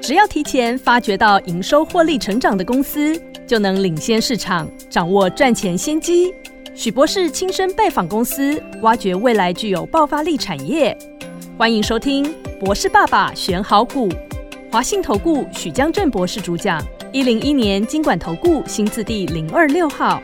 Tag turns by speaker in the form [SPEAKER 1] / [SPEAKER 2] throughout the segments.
[SPEAKER 1] 只要提前发掘到营收获利成长的公司，就能领先市场，掌握赚钱先机。许博士亲身拜访公司，挖掘未来具有爆发力产业。欢迎收听博士爸爸选好股，华信投顾许江正博士主讲，101年金管投顾新字第026号。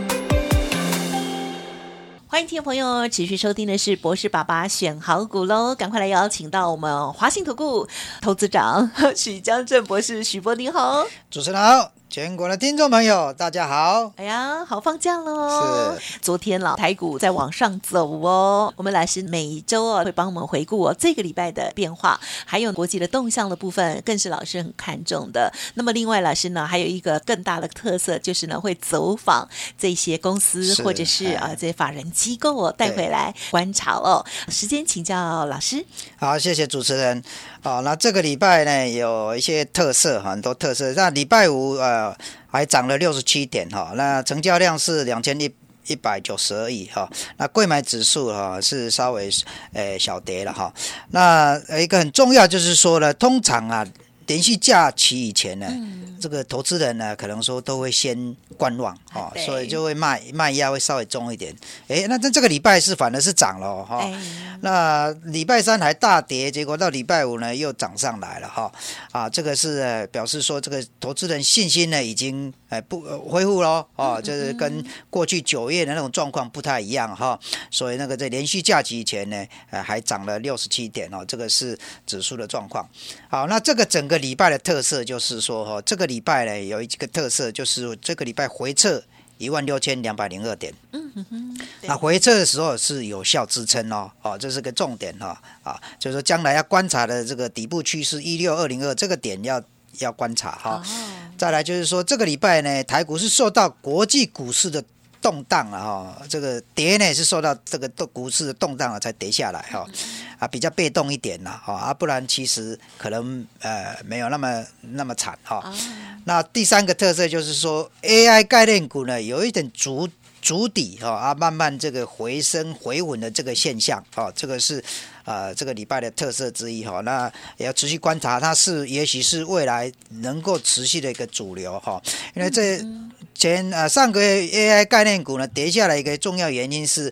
[SPEAKER 2] 欢迎听众朋友持续收听的是博士爸爸选好股喽，赶快来邀请到我们华信投顾投资长许江正博士，许博您好。
[SPEAKER 3] 主持人好，全国的听众朋友大家好。
[SPEAKER 2] 哎呀，好放假喽！
[SPEAKER 3] 是，
[SPEAKER 2] 昨天台股在往上走哦。我们老师每一周会帮我们回顾这个礼拜的变化，还有国际的动向的部分，更是老师很看重的。那么另外老师呢，还有一个更大的特色，就是呢会走访这些公司或者是这些法人机构带回来观察哦。时间请教老师。
[SPEAKER 3] 好，谢谢主持人。好，那这个礼拜呢有一些特色，很多特色。那礼拜五还涨了67点哈，那成交量是2192亿哈，那柜买指数是稍微小跌了哈。那一个很重要就是说呢，通常连续假期以前呢，这个投资人呢可能说都会先观望所以就会卖压会稍微重一点。那这个礼拜是反而是涨了那礼拜三还大跌，结果到礼拜五呢又涨上来了这个是表示说这个投资人信心呢已经不恢复咯就是跟过去9月的那种状况不太一样所以那个在连续假期以前呢还涨了67点这个是指数的状况。好，那这个整个礼拜的特色就是说这个礼拜呢有一个特色，就是这个礼拜回撤16202点。那回撤的时候是有效支撑这是个重点就是说将来要观察的这个底部趋势16202这个点要观察再来就是说这个礼拜呢台股是受到国际股市的动荡这个跌呢是受到这个股市的动荡才跌下来比较被动一点不然其实可能没有那么惨那第三个特色就是说 AI 概念股呢有一点筑底慢慢这个回升回稳的这个现象这个是这个礼拜的特色之一那也要持续观察它也许是未来能够持续的一个主流因为上个月 AI 概念股呢跌下来一个重要原因是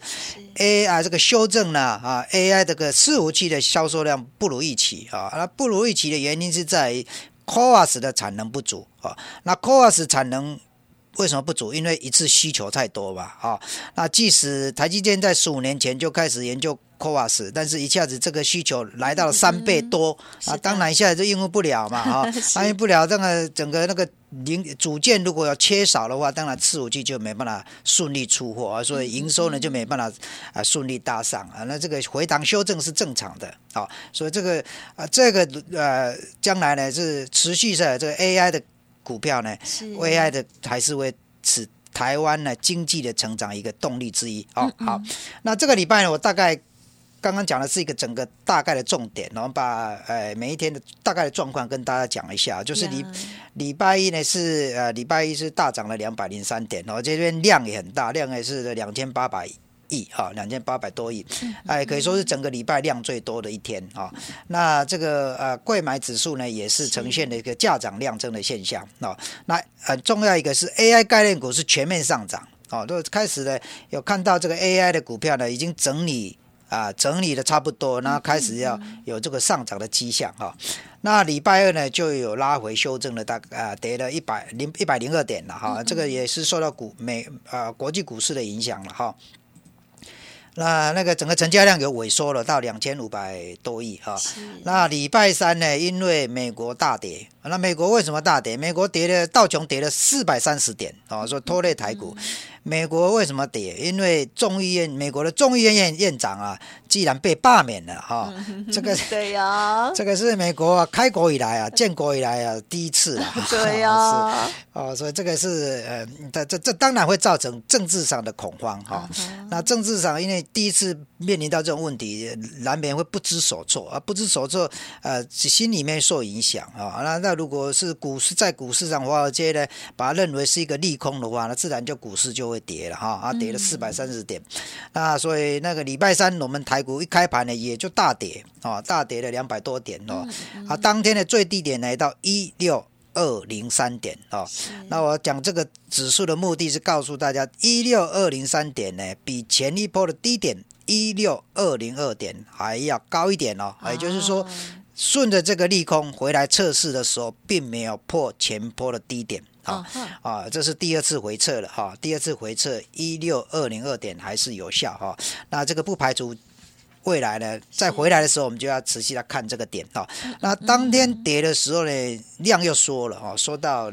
[SPEAKER 3] AI 这个修正呢AI 这个伺服器的销售量不如预期那不如预期的原因是在于 CoWoS 的产能不足那 CoWoS 产能为什么不足？因为一次需求太多吧那即使台积电在15年前就开始研究 CoWoS， 但是一下子这个需求来到了3倍多当然一下子就应付不了嘛应付不了，这个整个那个组件如果要缺少的话，当然伺服器就没办法顺利出货所以营收呢就没办法顺利搭上那这个回档修正是正常的所以这个将来呢是持续的这个 AI 的股票呢 AI 的还是会使台湾呢经济的成长一个动力之一好，那这个礼拜呢我大概刚刚讲的是一个整个大概的重点，然后把每一天的大概的状况跟大家讲一下，就是礼拜一呢是礼拜一是大涨了203点这边量也很大，量也是2800亿2800多亿可以说是整个礼拜量最多的一天那这个柜买指数呢也是呈现了一个价涨量增的现象那很重要一个是 AI 概念股是全面上涨都开始呢有看到这个 AI 的股票呢已经整理的差不多，然后开始要有这个上涨的迹象那礼拜二呢就有拉回修正了跌了102点了这个也是受到国际股市的影响了那个整个成交量有萎缩了到2500多亿那礼拜三呢因为美国大跌，那美国为什么大跌？美国道琼跌了430点所以拖累台股美国为什么跌？因为美国的众议院院长既然被罢免了这个
[SPEAKER 2] 对呀
[SPEAKER 3] 这个是美国开国以来建国以来第一次
[SPEAKER 2] 对呀
[SPEAKER 3] 所以这个是这当然会造成政治上的恐慌那政治上因为第一次面临到这种问题，难免会不知所措不知所措心里面受影响那如果是在股市上华尔街呢把它认为是一个利空的话，那自然就股市就会跌了哈，跌了430点，那所以那个礼拜三我们台股一开盘呢也就大跌大跌了200多点当天的最低点来到16203点那我讲这个指数的目的是告诉大家16203点呢比前一波的低点16202点还要高一点也就是说顺着这个利空回来测试的时候并没有破前波的低点这是第二次回测了第二次回测16202点还是有效那这个不排除未来呢再回来的时候我们就要持续来看这个点那当天跌的时候呢量又缩了缩到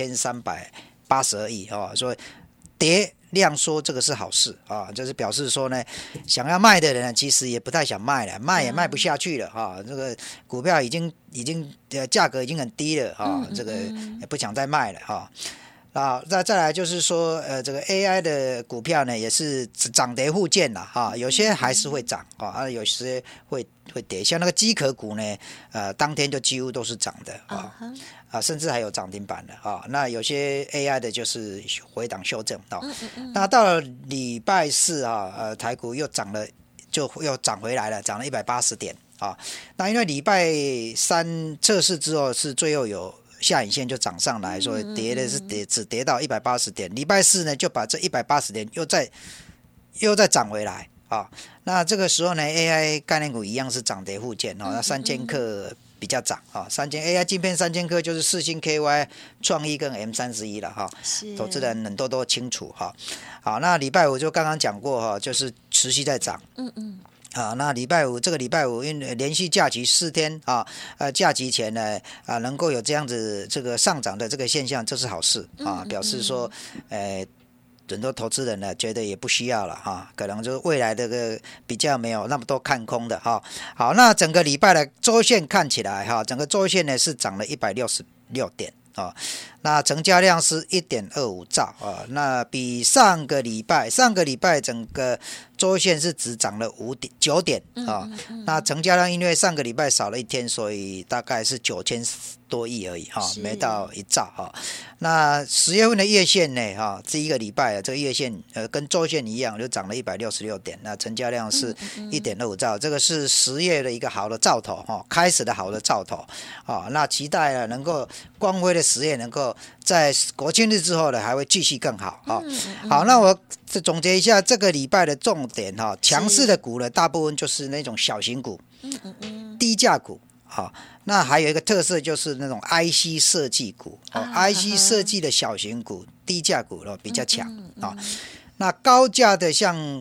[SPEAKER 3] 2382亿所以跌量缩这个是好事就是表示说呢想要卖的人其实也不太想卖了，卖也卖不下去了这个股票已经价格已经很低了这个也不想再卖了再来就是说这个 AI 的股票呢也是涨跌互见啦有些还是会涨有些会跌，像那个机壳股呢当天就几乎都是涨的甚至还有涨停板的那有些 AI 的就是回档修正那到了礼拜四台股又涨了，就又涨回来了，涨了180点那因为礼拜三测试之后是最后有下影线就涨上来，所以跌的是只跌到180点。礼拜四呢就把这180点又再涨回来那这个时候呢 AI 概念股一样是涨跌互见那3000克比较涨AI 晶片3000克就是世芯 KY 创意跟 M31了投资人很多都清楚好，那礼拜五就刚刚讲过就是持续在涨那这个礼拜五因为连续假期4天假期前呢能够有这样子这个上涨的这个现象，这是好事表示说很多投资人呢觉得也不需要了可能就是未来这个比较没有那么多看空的好，那整个礼拜的周线看起来整个周线呢是涨了166点那成交量是 1.25 兆那比上个礼拜整个周线是只涨了9点那成交量因为上个礼拜少了一天，所以大概是9000多亿而已没到1兆那10月份的月线呢这一个礼拜这个月线跟周线一样就涨了166点，那成交量是 1.25 兆，这个是10月的一个好的兆头开始的好的兆头那期待能够光辉的10月能够在国庆日之后呢还会继续更好好，那我总结一下这个礼拜的重点强势的股呢大部分就是那种小型股低价股那还有一个特色就是那种 IC 设计股IC 设计的小型股低价股比较强那高价的像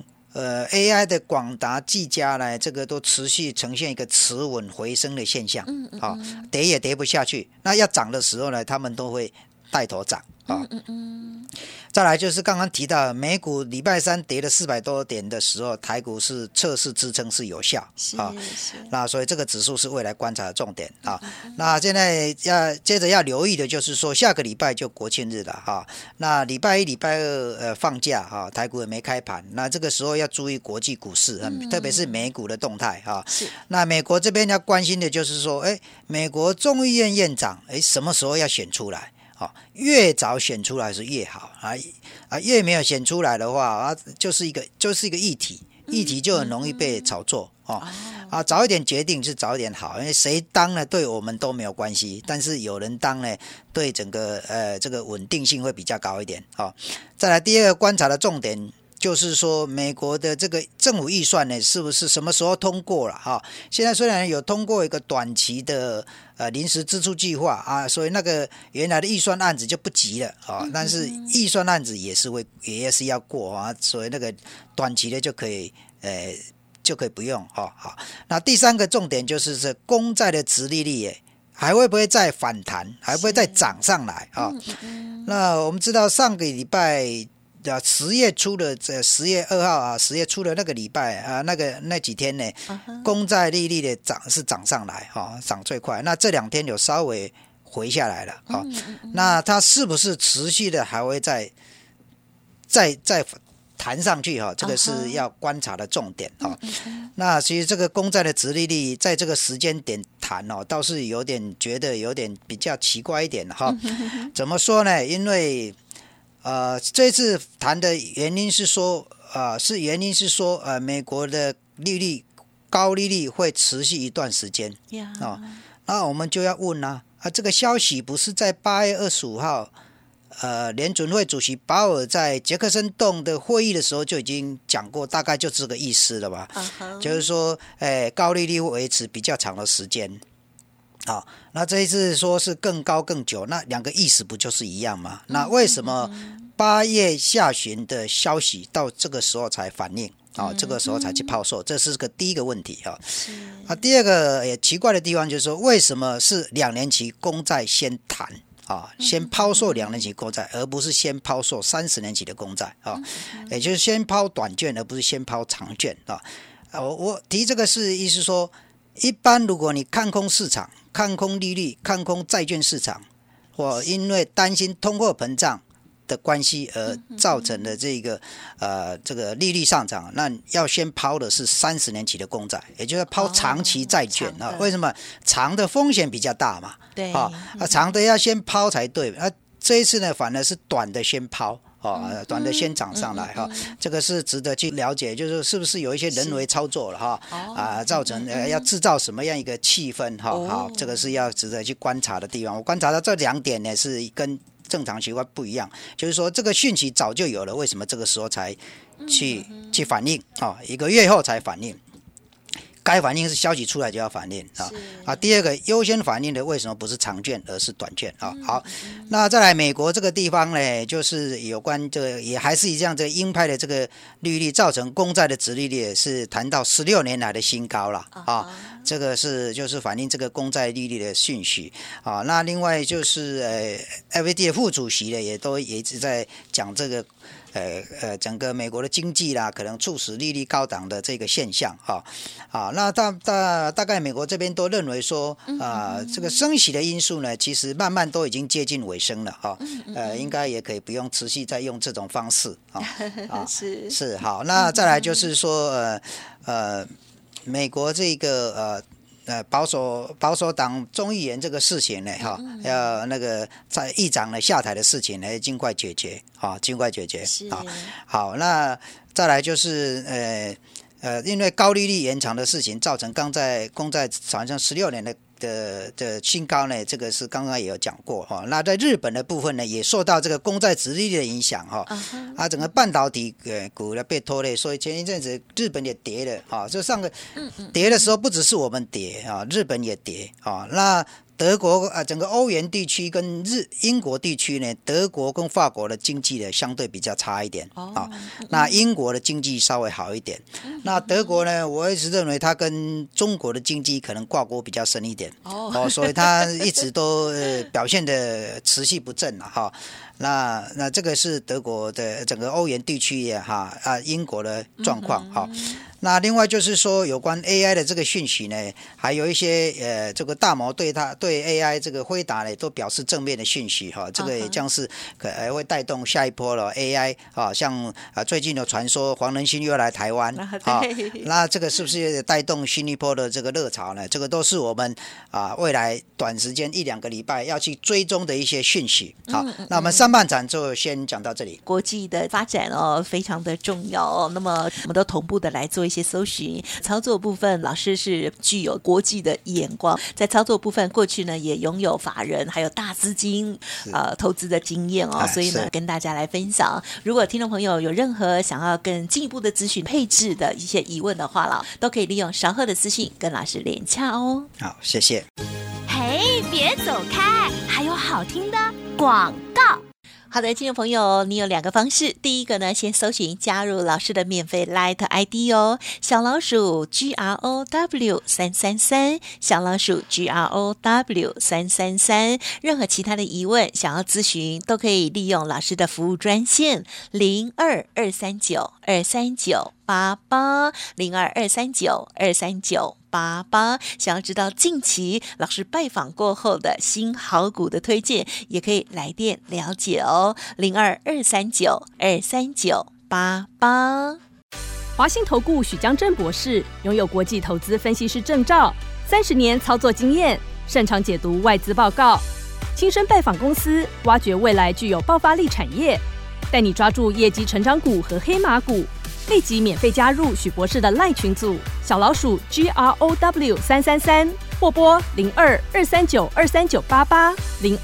[SPEAKER 3] AI 的广达技嘉呢这个都持续呈现一个持稳回升的现象跌也跌不下去，那要涨的时候呢他们都会带头涨再来就是刚刚提到美股礼拜三跌了400多点的时候，台股是测试支撑是有效那所以这个指数是未来观察的重点那现在接着要留意的就是说下个礼拜就国庆日了那礼拜一礼拜二放假台股也没开盘，那这个时候要注意国际股市特别是美股的动态那美国这边要关心的就是说美国众议院院长什么时候要选出来越早选出来是越好越没有选出来的话就是一个议题就很容易被炒作早一点决定是早一点好，因为谁当呢对我们都没有关系，但是有人当呢对整个这个稳定性会比较高一点再来第二个观察的重点就是说美国的这个政府预算呢是不是什么时候通过了现在虽然有通过一个短期的临时支出计划所以那个原来的预算案子就不急了但是预算案子也是要过所以那个短期的就可以不用好，那第三个重点就是这公债的殖利率还会不会再反弹，还会不会再涨上来那我们知道上个礼拜10月初的10月2号10月初的那个礼拜那几天呢公债利率的涨上来涨最快，那这2天有稍微回下来了那它是不是持续的还会再弹上去这个是要观察的重点那其实这个公债的殖利率在这个时间点弹倒是觉得有点比较奇怪一点怎么说呢？因为这次谈的原因是说，美国的高利率会持续一段时间。那我们就要问这个消息不是在8月25号，联准会主席鲍尔在杰克森洞的会议的时候就已经讲过，大概就这个意思了吧？就是说，高利率会维持比较长的时间。好，那这一次说是更高更久，那两个意思不就是一样吗？那为什么8月下旬的消息到这个时候才反应？这个时候才去抛售，这是第一个问题第二个也奇怪的地方就是说，为什么是2年期公债先谈先抛售2年期公债，而不是先抛售30年期的公债也就是先抛短券，而不是先抛长券我提这个是意思说，一般如果你看空市场、看空利率、看空债券市场，或因为担心通货膨胀的关系而造成的这个利率上涨，那要先抛的是30年期的公债，也就是抛长期债券为什么？长的风险比较大嘛，
[SPEAKER 2] 对
[SPEAKER 3] 长的要先抛才对。这一次呢，反而是短的先抛。短的先涨上来这个是值得去了解，就是是不是有一些人为操作了造成要制造什么样一个气氛好，这个是要值得去观察的地方。我观察到这2点呢是跟正常情况不一样，就是说这个讯息早就有了，为什么这个时候才去反应1个月后才反应？该反应是消息出来就要反应第二个优先反应的为什么不是长券而是短券好，那再来美国这个地方呢，就是有关这个也还是一样，这个鹰派的这个利率造成公债的殖利率也是谈到16年来的新高了这个就是反映这个公债利率的讯息那另外就是FED 的副主席呢也一直在讲这个整个美国的经济啦，可能促使利率高档的这个现象那大概美国这边都认为说这个升息的因素呢，其实慢慢都已经接近尾声了应该也可以不用持续再用这种方式是好。那再来就是说美国这个保守党众议员这个事情呢要那个在议长呢下台的事情呢尽快解决好，那再来就是因为高利率延长的事情造成公债好像16年的新高呢，这个是刚刚也有讲过那在日本的部分呢，也受到这个公债殖利率的影响整个半导体股呢被拖累，所以前一阵子日本也跌了就上个跌的时候不只是我们跌日本也跌那德国整个欧元地区跟英国地区呢，德国跟法国的经济呢相对比较差一点那英国的经济稍微好一点那德国呢，我一直认为它跟中国的经济可能挂钩比较深一点所以它一直都表现的持续不振那这个是德国的整个欧元地区英国的状况那另外就是说有关 AI 的这个讯息呢，还有一些这个大摩对 AI 这个辉达呢都表示正面的讯息这个也将是会带动下一波了 AI 像最近有传说黄仁勋又要来台湾那这个是不是也带动新一波的这个热潮呢？这个都是我们未来短时间1-2个礼拜要去追踪的一些讯息那我们上半场就先讲到这里。
[SPEAKER 2] 国际的发展非常的重要那么我们都同步的来做一些搜寻操作部分，老师是具有国际的眼光，在操作部分过去呢也拥有法人还有大资金投资的经验所以呢跟大家来分享。如果听众朋友有任何想要更进一步的咨询配置的一些疑问的话都可以利用稍后的私讯跟老师联洽
[SPEAKER 3] 好，谢谢。
[SPEAKER 1] 嘿，别走开，还有好听的广告。
[SPEAKER 2] 好的，听众朋友，你有2个方式。第一个呢，先搜寻加入老师的免费 LINE ID 小老鼠 GROW333， 小老鼠 GROW333。任何其他的疑问想要咨询，都可以利用老师的服务专线02-239-23988，02-239-23988。想要知道近期老师拜访过后的新好股的推荐，也可以来电了解02-239-23988。
[SPEAKER 1] 华信投顾许江正博士拥有国际投资分析师证照，30年操作经验，擅长解读外资报告，亲身拜访公司，挖掘未来具有爆发力产业。 带你抓住业绩成长股和黑马股。立即免费加入许博士的 LINE 群组，小老鼠 GROW333，或拨02-239-23988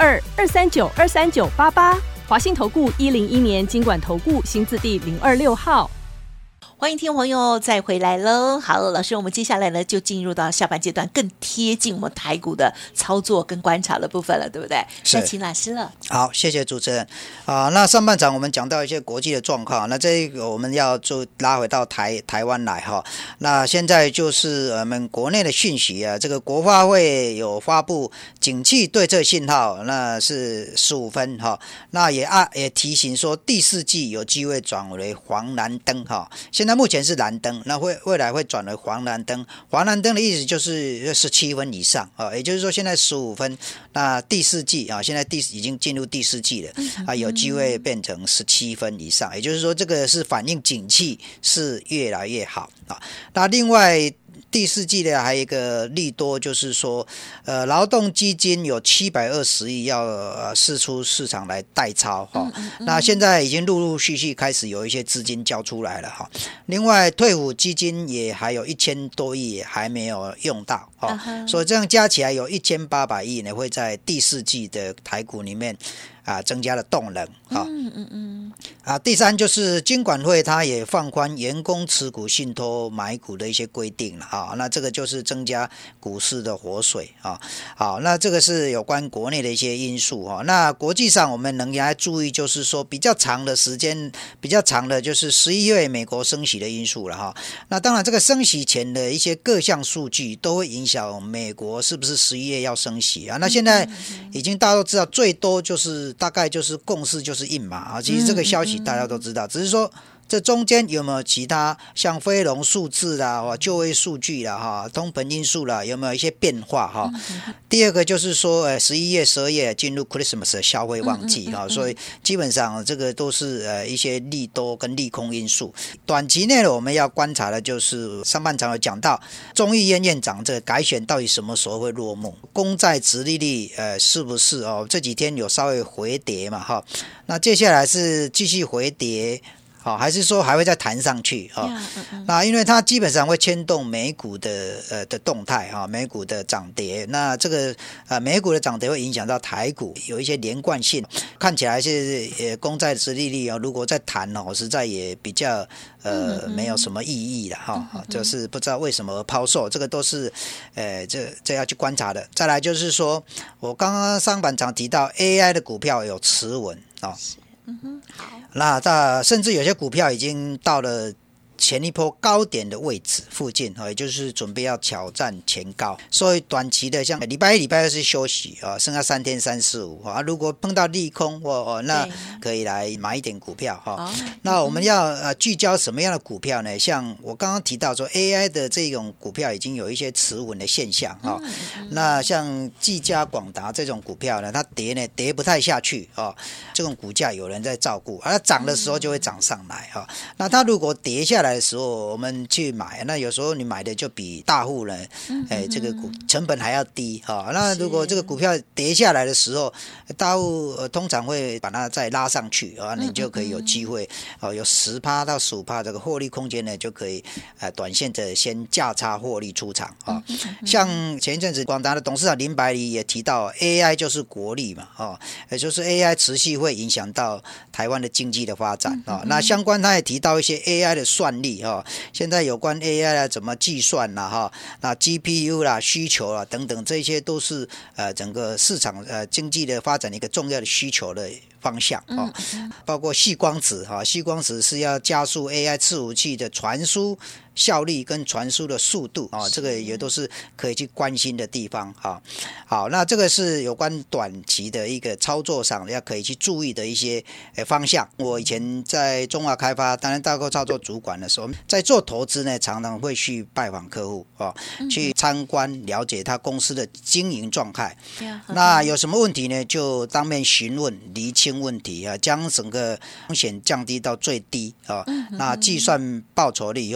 [SPEAKER 1] 02-239-23988。华信投顾101年金管投顾新字第026号。
[SPEAKER 2] 欢迎听众朋友再回来喽。好，老师，我们接下来呢就进入到下半阶段，更贴近我们台股的操作跟观察的部分了，对不对？那请老师了。
[SPEAKER 3] 好，谢谢主持人。那上半场我们讲到一些国际的状况，那这个我们要就拉回到台湾来哈。那现在就是我们国内的讯息啊，这个国发会有发布景气对策信号，那是15分哈。那也提醒说第四季有机会转为黄蓝灯哈。现在目前是蓝灯，那未来会转为黄蓝灯。黄蓝灯的意思就是17分以上啊，也就是说现在15分，那第四季啊，现在已经进入第四季了啊，有机会变成17分以上，也就是说这个是反映景气是越来越好啊。那另外第四季的还有一个利多，就是说，劳动基金有720亿要释出市场来代操哈。那现在已经陆陆续续开始有一些资金交出来了哈。另外退伍基金也还有1000多亿也还没有用到哈，所以这样加起来有1800亿呢，会在第四季的台股里面增加了动能啊。第三就是金管会它也放宽员工持股信托买股的一些规定了啊，那这个就是增加股市的活水啊。好，那这个是有关国内的一些因素啊。那国际上我们仍然注意，就是说比较长的时间，比较长的就是11月美国升息的因素了哈。那当然这个升息前的一些各项数据都会影响美国是不是11月要升息啊。那现在已经大家都知道，最多就是大概就是共识就是1码啊，其实这个消息大家都知道，只是说这中间有没有其他像非农数字啦、就业数据啦、通膨因素啦，有没有一些变化哈？第二个就是说，11月、12月进入 Christmas 的消费旺季哈，所以基本上这个都是一些利多跟利空因素。短期内我们要观察的就是上半场有讲到众议院院长这个改选到底什么时候会落幕，公债殖利率是不是这几天有稍微回跌嘛哈？那接下来是继续回跌。还是说还会再弹上去那因为它基本上会牵动美股的动态美股的涨跌。那这个美股的涨跌会影响到台股，有一些连贯性。看起来是公债殖利率如果再弹实在也比较没有什么意义了就是不知道为什么抛售，这个都是这要去观察的。再来就是说，我刚刚上半场提到 AI 的股票有持稳好，那甚至有些股票已经到了前一波高点的位置附近，也就是准备要挑战前高，所以短期的像礼拜一、礼拜二是休息剩下3天3、4、5如果碰到利空那可以来买一点股票那我们要聚焦什么样的股票呢？像我刚刚提到说 AI 的这种股票已经有一些持稳的现象那像技嘉、广达这种股票呢，它跌不太下去这种股价有人在照顾，它涨的时候就会涨上来那它如果跌下来的时候我们去买，那有时候你买的就比大户呢这个成本还要低那如果这个股票跌下来的时候，大户通常会把它再拉上去你就可以有机会有10%到15%这个获利空间呢，就可以短线的先价差获利出场像前一阵子广达的董事长林百里也提到 AI 就是国力嘛也就是 AI 持续会影响到台湾的经济的发展那相关他也提到一些 AI 的算力现在有关 AI 怎么计算啦那 GPU 啦需求啦等等，这些都是整个市场经济的发展的一个重要的需求的方向包括矽光子矽光子是要加速 AI 伺服器的传输效率跟传输的速度这个也都是可以去关心的地方好，那这个是有关短期的一个操作上要可以去注意的一些方向。我以前在中华开发担任大购操作主管的时候，在做投资呢，常常会去拜访客户去参观了解他公司的经营状态那有什么问题呢，就当面询问厘清问题将整个风险降低到最低那计算报酬率以后再来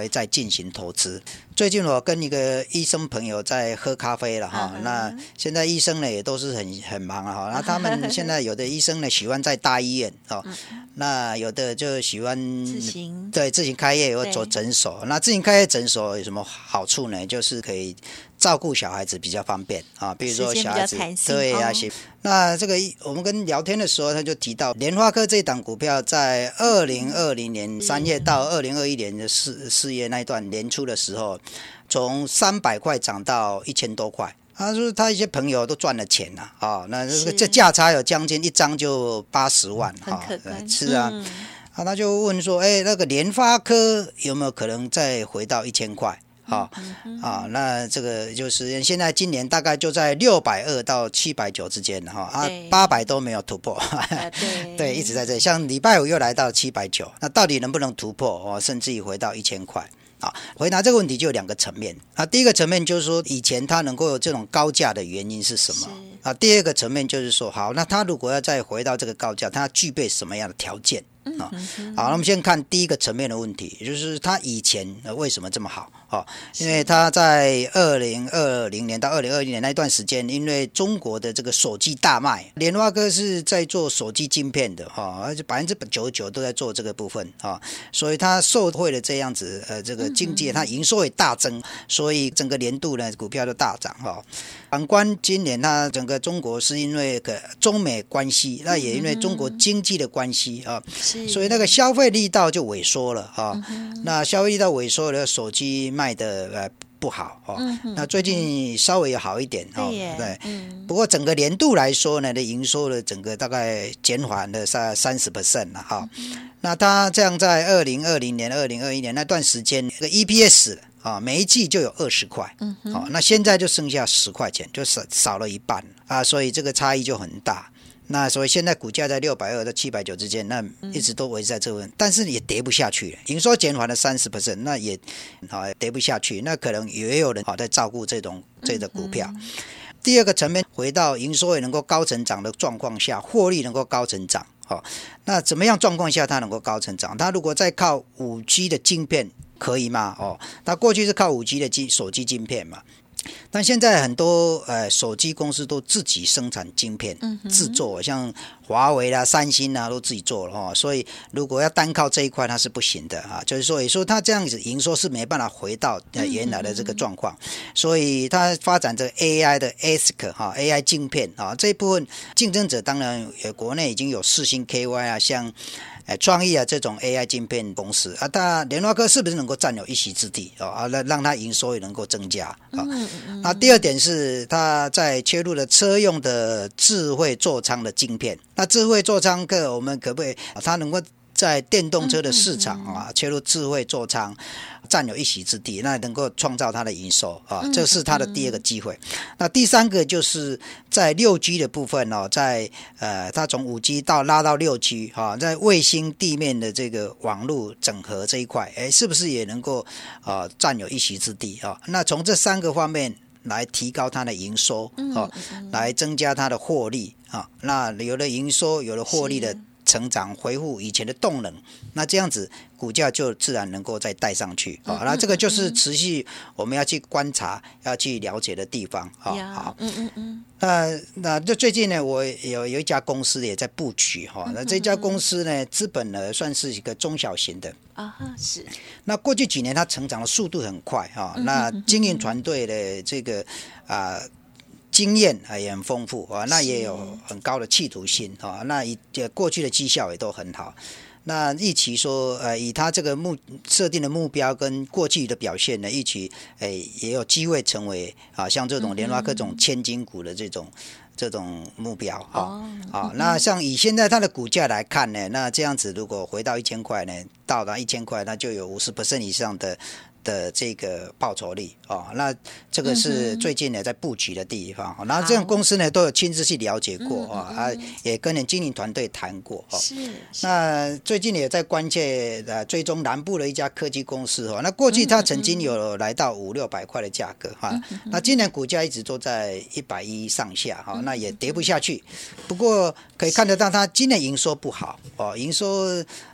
[SPEAKER 3] 再进行投资。最近我跟一个医生朋友在喝咖啡了哈，那现在医生呢也都是很忙了哈，那他们现在有的医生呢喜欢在大医院哦，那有的就喜欢自行开业或走诊所。那自行开业诊所有什么好处呢？就是可以照顾小孩子比较方便啊，比如说小孩子对啊，那这个我们跟聊天的时候，他就提到联发科这档股票在2020年3月到2021年的4月那一段年初的时候，从300块涨到1000多块。他说他一些朋友都赚了钱了啊，那这价差有将近一张就80万啊，是啊。他就问说，那个联发科有没有可能再回到1000块？那这个就是现在今年大概就在620到790之间哈，800都没有突破，对，一直在这里。像礼拜五又来到790，那到底能不能突破甚至于回到1000块？回答这个问题就有2个层面。第一个层面就是说，以前它能够有这种高价的原因是什么？第二个层面就是说，好，那它如果要再回到这个高价，它具备什么样的条件？好，那我们先看第一个层面的问题，也就是它以前为什么这么好？因为它在2020年到2021年那段时间，因为中国的这个手机大卖，联发科是在做手机晶片的而且99%都在做这个部分所以它受惠了这样子这个经济，它营收也大增，所以整个年度呢股票都大涨反观今年，它整个中国是因为中美关系，那也因为中国经济的关系所以那个消费力道就萎缩了那消费力道萎缩了，手机卖的不好那最近稍微有好一点对，不过整个年度来说呢，的营收的整个大概减缓了30% 了那它这样在2020年、2021年那段时间，这个 EPS 每一季就有20块那现在就剩下10块钱，就少了一半所以这个差异就很大。那所以现在股价在620到790之间，那一直都维持在这个但是也跌不下去了，营收减缓了30%，那也跌不下去，那可能也有人在照顾这种股票。第二个层面，回到营收也能够高成长的状况下，获利能够高成长那怎么样状况下它能够高成长？它如果再靠 5G 的晶片可以吗？它过去是靠 5G 的手机晶片嘛，但现在很多手机公司都自己生产晶片制作，像华为啦、三星啦都自己做了所以如果要单靠这一块它是不行的就是说也说它这样子营收是没办法回到原来的这个状况，所以它发展这个 AI 的 ASIC AI 晶片这一部分竞争者当然国内已经有世芯 KY 像创意这种 AI 晶片公司它联发科是不是能够占有一席之地让它营收也能够增加那第二点是它在切入了车用的智慧座舱的晶片。那智慧座舱我们可不可以它能够在电动车的市场切入智慧座舱占有一席之地，那能够创造它的营收这是它的第二个机会。那第三个就是在 6G 的部分在它从 5G 拉到 6G 在卫星地面的这个网络整合这一块是不是也能够占有一席之地那从这3个方面来提高它的营收来增加它的获利那有了营收有了获利的成长，恢复以前的动能，那这样子股价就自然能够再带上去那这个就是持续我们要去观察要去了解的地方好那就最近呢我有一家公司也在布局那这家公司呢资本呢算是一个中小型的
[SPEAKER 2] 是。
[SPEAKER 3] 那过去几年它成长的速度很快那经营团队的这个经验也很丰富那也有很高的企图心那过去的绩效也都很好。那预期说以他这个设定的目标跟过去的表现呢，预期也有机会成为像这种联发科这种千金股的这种目标那像以现在它的股价来看呢，那这样子如果回到1000块呢，到达1000块，那就有50% 以上的这个报酬率那这个是最近呢在布局的地方那这种公司呢都有亲自去了解过也跟人经营团队谈过那最近也在关切追踪南部的一家科技公司那过去它曾经有来到500-600块的价格那今年股价一直都在110上下那也跌不下去。不过可以看得到它今年营收不好营收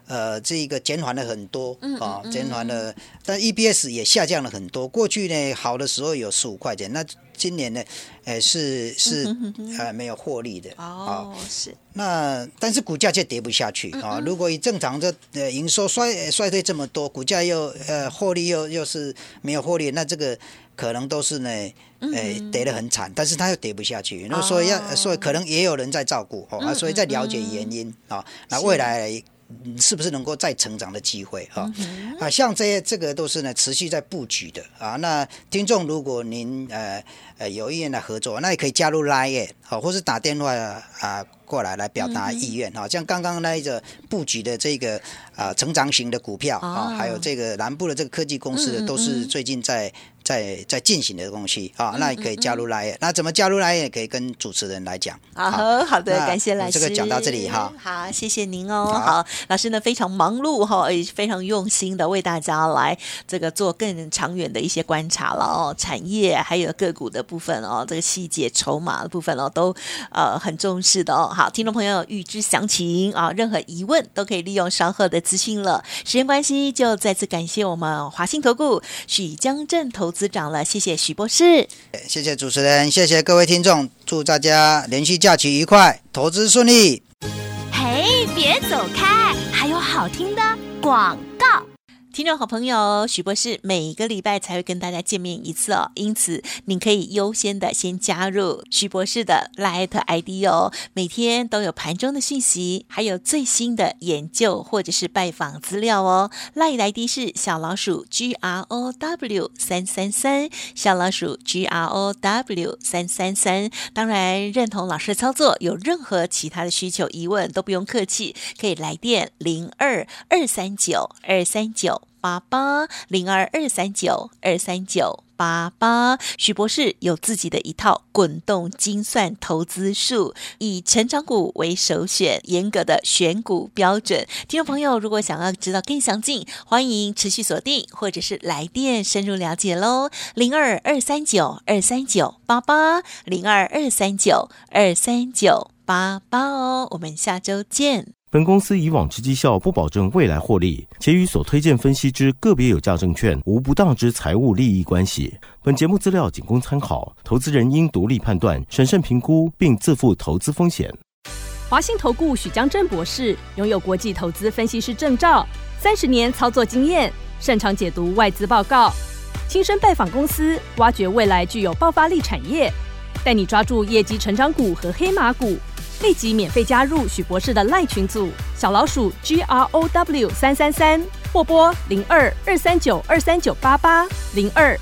[SPEAKER 3] 这个减缓了很多减缓了，但 EPS 也下降了很多。过去呢好的时候有15块钱，那今年呢，是没有获利的
[SPEAKER 2] 是。
[SPEAKER 3] 那但是股价却跌不下去如果以正常的营收衰退这么多，股价又获利又是没有获利，那这个可能都是呢跌得很惨，但是它又跌不下去，所以可能也有人在照顾所以在了解原因那未来是不是能够再成长的机会像这个都是呢持续在布局的那听众如果您有意愿来合作，那也可以加入 LINE 或是打电话过来表达意愿像刚刚那一个布局的这个成长型的股票还有这个南部的这个科技公司的都是最近在进行的东西那也可以加入 LINE 那怎么加入 LINE 也可以跟主持人来讲
[SPEAKER 2] 好的，感谢老师，
[SPEAKER 3] 这个讲到这里好，
[SPEAKER 2] 谢谢您好，老师呢非常忙碌也非常用心的为大家来这个做更长远的一些观察了产业还有个股的部分这个细节筹码的部分都很重视的好，听众朋友预知详情任何疑问都可以利用稍后的资讯了。时间关系，就再次感谢我们华信投顾许江正投资长了，谢谢许博士，
[SPEAKER 3] 谢谢主持人，谢谢各位听众，祝大家连续假期愉快，投资顺利。
[SPEAKER 1] 嘿，别走开，还有好听的广告。
[SPEAKER 2] 听众好朋友，许博士每个礼拜才会跟大家见面一次因此您可以优先的先加入许博士的 LINE ID 每天都有盘中的讯息，还有最新的研究或者是拜访资料LINE ID 是小老鼠 GROW333 小老鼠 GROW333。当然认同老师的操作，有任何其他的需求疑问都不用客气，可以来电02-239-2398802-239-23988。许博士有自己的一套滚动精算投资术，以成长股为首选，严格的选股标准。听众朋友如果想要知道更详尽，欢迎持续锁定或者是来电深入了解咯02-239-23988 02-239-23988我们下周见。
[SPEAKER 4] 本公司以往之绩效不保证未来获利，且与所推荐分析之个别有价证券无不当之财务利益关系。本节目资料仅供参考，投资人应独立判断、审慎评估，并自负投资风险。
[SPEAKER 1] 华信投顾许江正博士拥有国际投资分析师证照，30年操作经验，擅长解读外资报告，亲身拜访公司，挖掘未来具有爆发力产业，带你抓住业绩成长股和黑马股。立即免费加入许博士的 LINE 群组，小老鼠 GROW333 或拨02-239-23988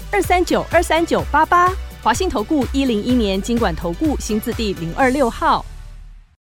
[SPEAKER 1] 02-239-23988。华信投顾101年金管投顾新字第026号。